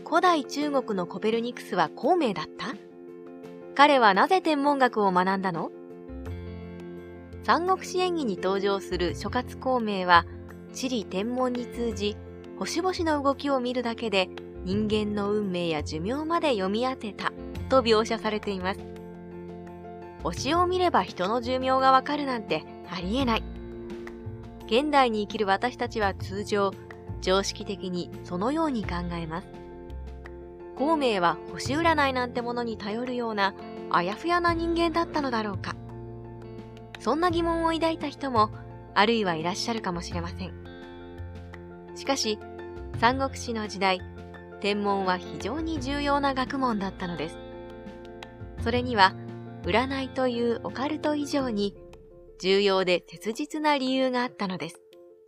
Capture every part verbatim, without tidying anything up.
古代中国のコペルニクスは孔明だった？彼はなぜ天文学を学んだの？三国志演義に登場する諸葛孔明は、地理天文に通じ、星々の動きを見るだけで人間の運命や寿命まで読み当てたと描写されています。星を見れば人の寿命がわかるなんてありえない。現代に生きる私たちは通常、常識的にそのように考えます。孔明は星占いなんてものに頼るようなあやふやな人間だったのだろうか。そんな疑問を抱いた人もあるいはいらっしゃるかもしれません。しかし、三国志の時代、天文は非常に重要な学問だったのです。それには、占いというオカルト以上に重要で切実な理由があったのです。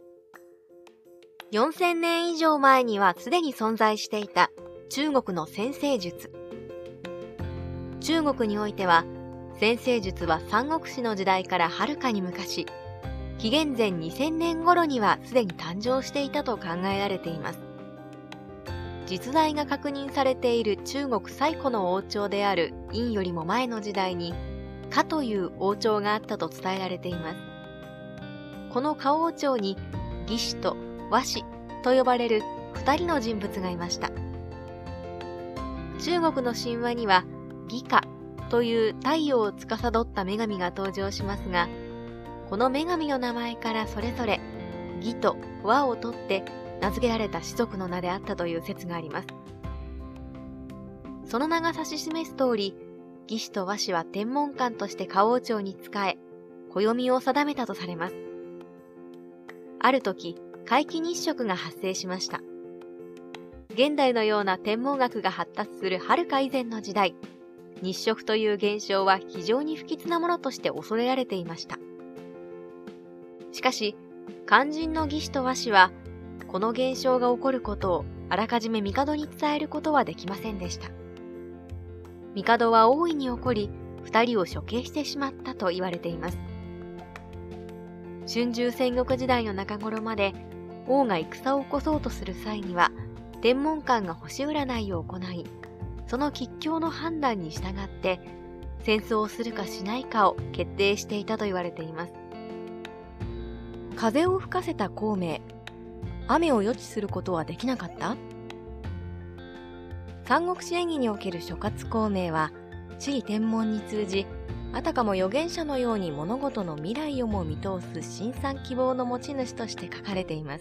よんせんねん以上前にはすでに存在していた中国の占星術。中国においては、占星術は三国志の時代からはるかに昔、紀元前にせんねん頃にはすでに誕生していたと考えられています。実在が確認されている中国最古の王朝である殷よりも前の時代に、夏という王朝があったと伝えられています。この夏王朝に魏氏と倭氏と呼ばれる二人の人物がいました。中国の神話には魏火という太陽を司った女神が登場しますが、この女神の名前からそれぞれ魏と倭を取って名付けられた氏族の名であったという説があります。その名が指し示す通り、魏氏と倭氏は天文官として夏王朝に仕え、暦を定めたとされます。ある時、皆既日食が発生しました。現代のような天文学が発達するはるか以前の時代、日食という現象は非常に不吉なものとして恐れられていました。しかし、肝心の魏氏と倭氏は、この現象が起こることをあらかじめ帝に伝えることはできませんでした。帝は大いに怒り、二人を処刑してしまったと言われています。春秋戦国時代の中頃まで、王が戦を起こそうとする際には、天文官が星占いを行い、その吉凶の判断に従って、戦争をするかしないかを決定していたと言われています。風を吹かせた孔明、雨を予知することはできなかった？三国志演義における諸葛孔明は、地理天文に通じ、あたかも預言者のように物事の未来をも見通す辛酸希望の持ち主として書かれています。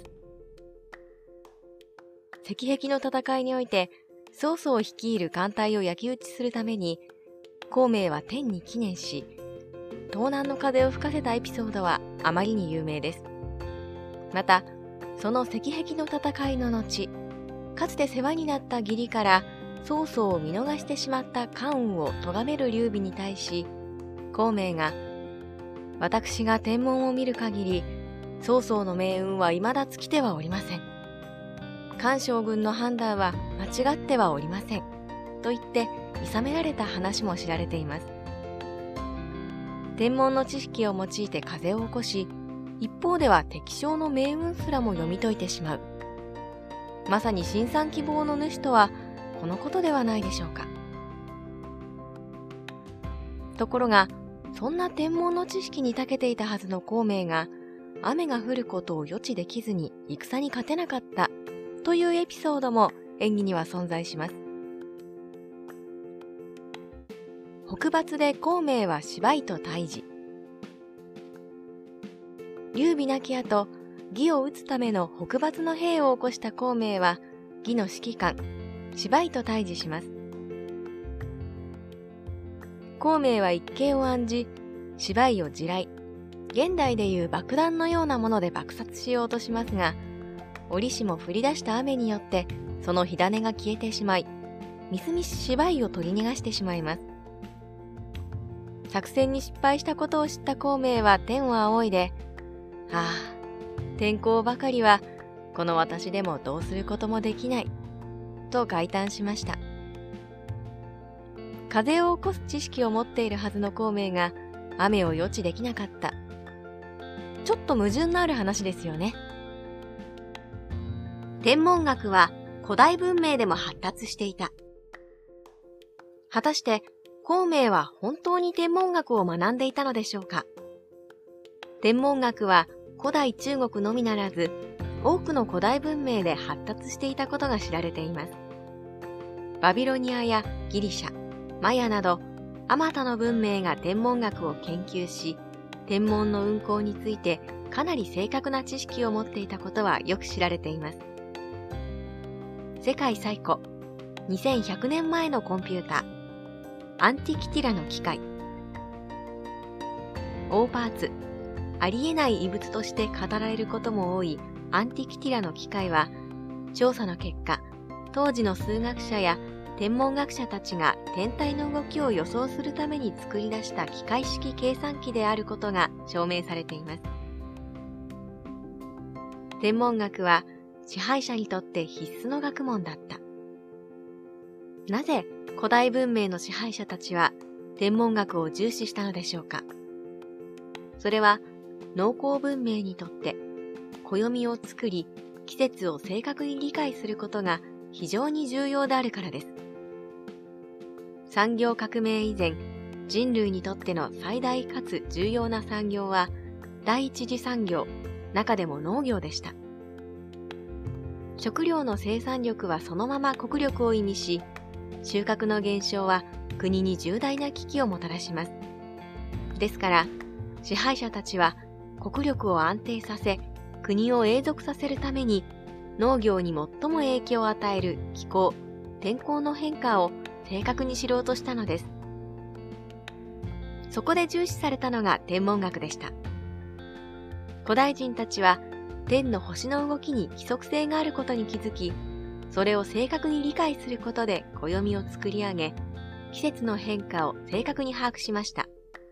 赤壁の戦いにおいて、曹操率いる艦隊を焼き討ちするために、孔明は天に祈念し、東南の風を吹かせたエピソードはあまりに有名です。また、その赤壁の戦いの後、かつて世話になった義理から曹操を見逃してしまった関羽を咎める劉備に対し、孔明が、私が天文を見る限り、曹操の命運は未だ尽きてはおりません。関将軍の判断は間違ってはおりません。と言って諌められた話も知られています。天文の知識を用いて風を起こし、一方では敵将の命運すらも読み解いてしまう。まさに辛酸希望の主とはこのことではないでしょうか。ところが、そんな天文の知識に長けていたはずの孔明が、雨が降ることを予知できずに戦に勝てなかったというエピソードも演義には存在します。北伐で孔明は芝居と対峙。劉備亡き後、魏を討つための北伐の兵を起こした孔明は、魏の指揮官、芝居と対峙します。孔明は一計を案じ、芝居を地雷、現代でいう爆弾のようなもので爆殺しようとしますが、折しも降り出した雨によって、その火種が消えてしまい、みすみす芝居を取り逃がしてしまいます。作戦に失敗したことを知った孔明は天を仰いで、ああ、天候ばかりは、この私でもどうすることもできない、と慨嘆しました。風を起こす知識を持っているはずの孔明が、雨を予知できなかった。ちょっと矛盾のある話ですよね。天文学は古代文明でも発達していた。果たして、孔明は本当に天文学を学んでいたのでしょうか。天文学は古代中国のみならず、多くの古代文明で発達していたことが知られています。バビロニアやギリシャ、マヤなど、あまたの文明が天文学を研究し、天文の運行についてかなり正確な知識を持っていたことはよく知られています。世界最古、にせんひゃくねんまえのコンピューター、アンティキティラの機械。大パーツ、ありえない異物として語られることも多いアンティキティラの機械は、調査の結果、当時の数学者や天文学者たちが天体の動きを予想するために作り出した機械式計算機であることが証明されています。天文学は支配者にとって必須の学問だった。なぜ古代文明の支配者たちは天文学を重視したのでしょうか。それは農耕文明にとって暦を作り、季節を正確に理解することが非常に重要であるからです。産業革命以前、人類にとっての最大かつ重要な産業は第一次産業、中でも農業でした。食料の生産力はそのまま国力を意味し、収穫の減少は国に重大な危機をもたらします。ですから、支配者たちは国力を安定させ、国を永続させるために、農業に最も影響を与える気候、天候の変化を正確に知ろうとしたのです。そこで重視されたのが天文学でした。古代人たちは天の星の動きに規則性があることに気づき、それを正確に理解することで暦を作り上げ、季節の変化を正確に把握しました。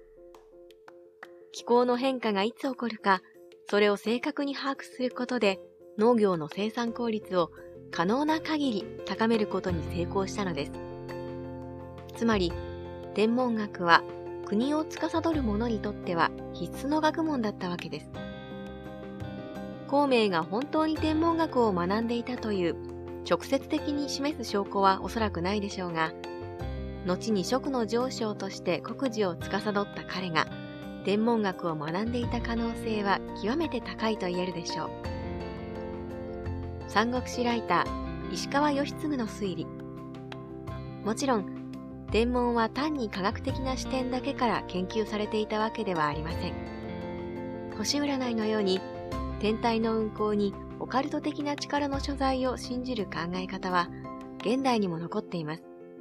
気候の変化がいつ起こるか、それを正確に把握することで農業の生産効率を可能な限り高めることに成功したのです。つまり、天文学は国を司る者にとっては必須の学問だったわけです。孔明が本当に天文学を学んでいたという直接的に示す証拠はおそらくないでしょうが、後に蜀の丞相として国事を司った彼が天文学を学んでいた可能性は極めて高いと言えるでしょう。三国志ライター石川義継の推理。もちろん、天文は単に科学的な視点だけから研究されていたわけではありません。星占いのように、天体の運行にオカルト的な力の所在を信じる考え方は、現代にも残っています。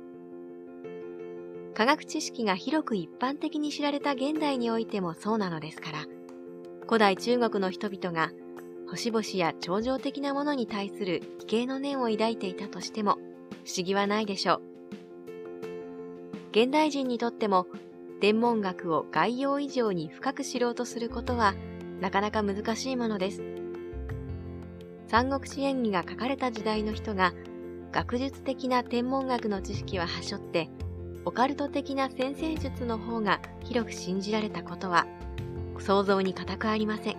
科学知識が広く一般的に知られた現代においてもそうなのですから、古代中国の人々が星々や超常的なものに対する畏敬の念を抱いていたとしても不思議はないでしょう。現代人にとっても天文学を概要以上に深く知ろうとすることはなかなか難しいものです。三国志演義が書かれた時代の人が学術的な天文学の知識ははしょってオカルト的な占星術の方が広く信じられたことは想像に難くありません。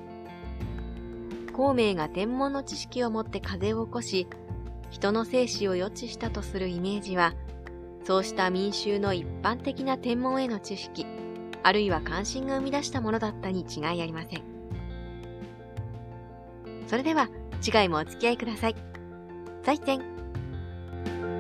孔明が天文の知識を持って風を起こし、人の生死を予知したとするイメージは、そうした民衆の一般的な天文への知識、あるいは関心が生み出したものだったに違いありません。それでは次回もお付き合いください。再见。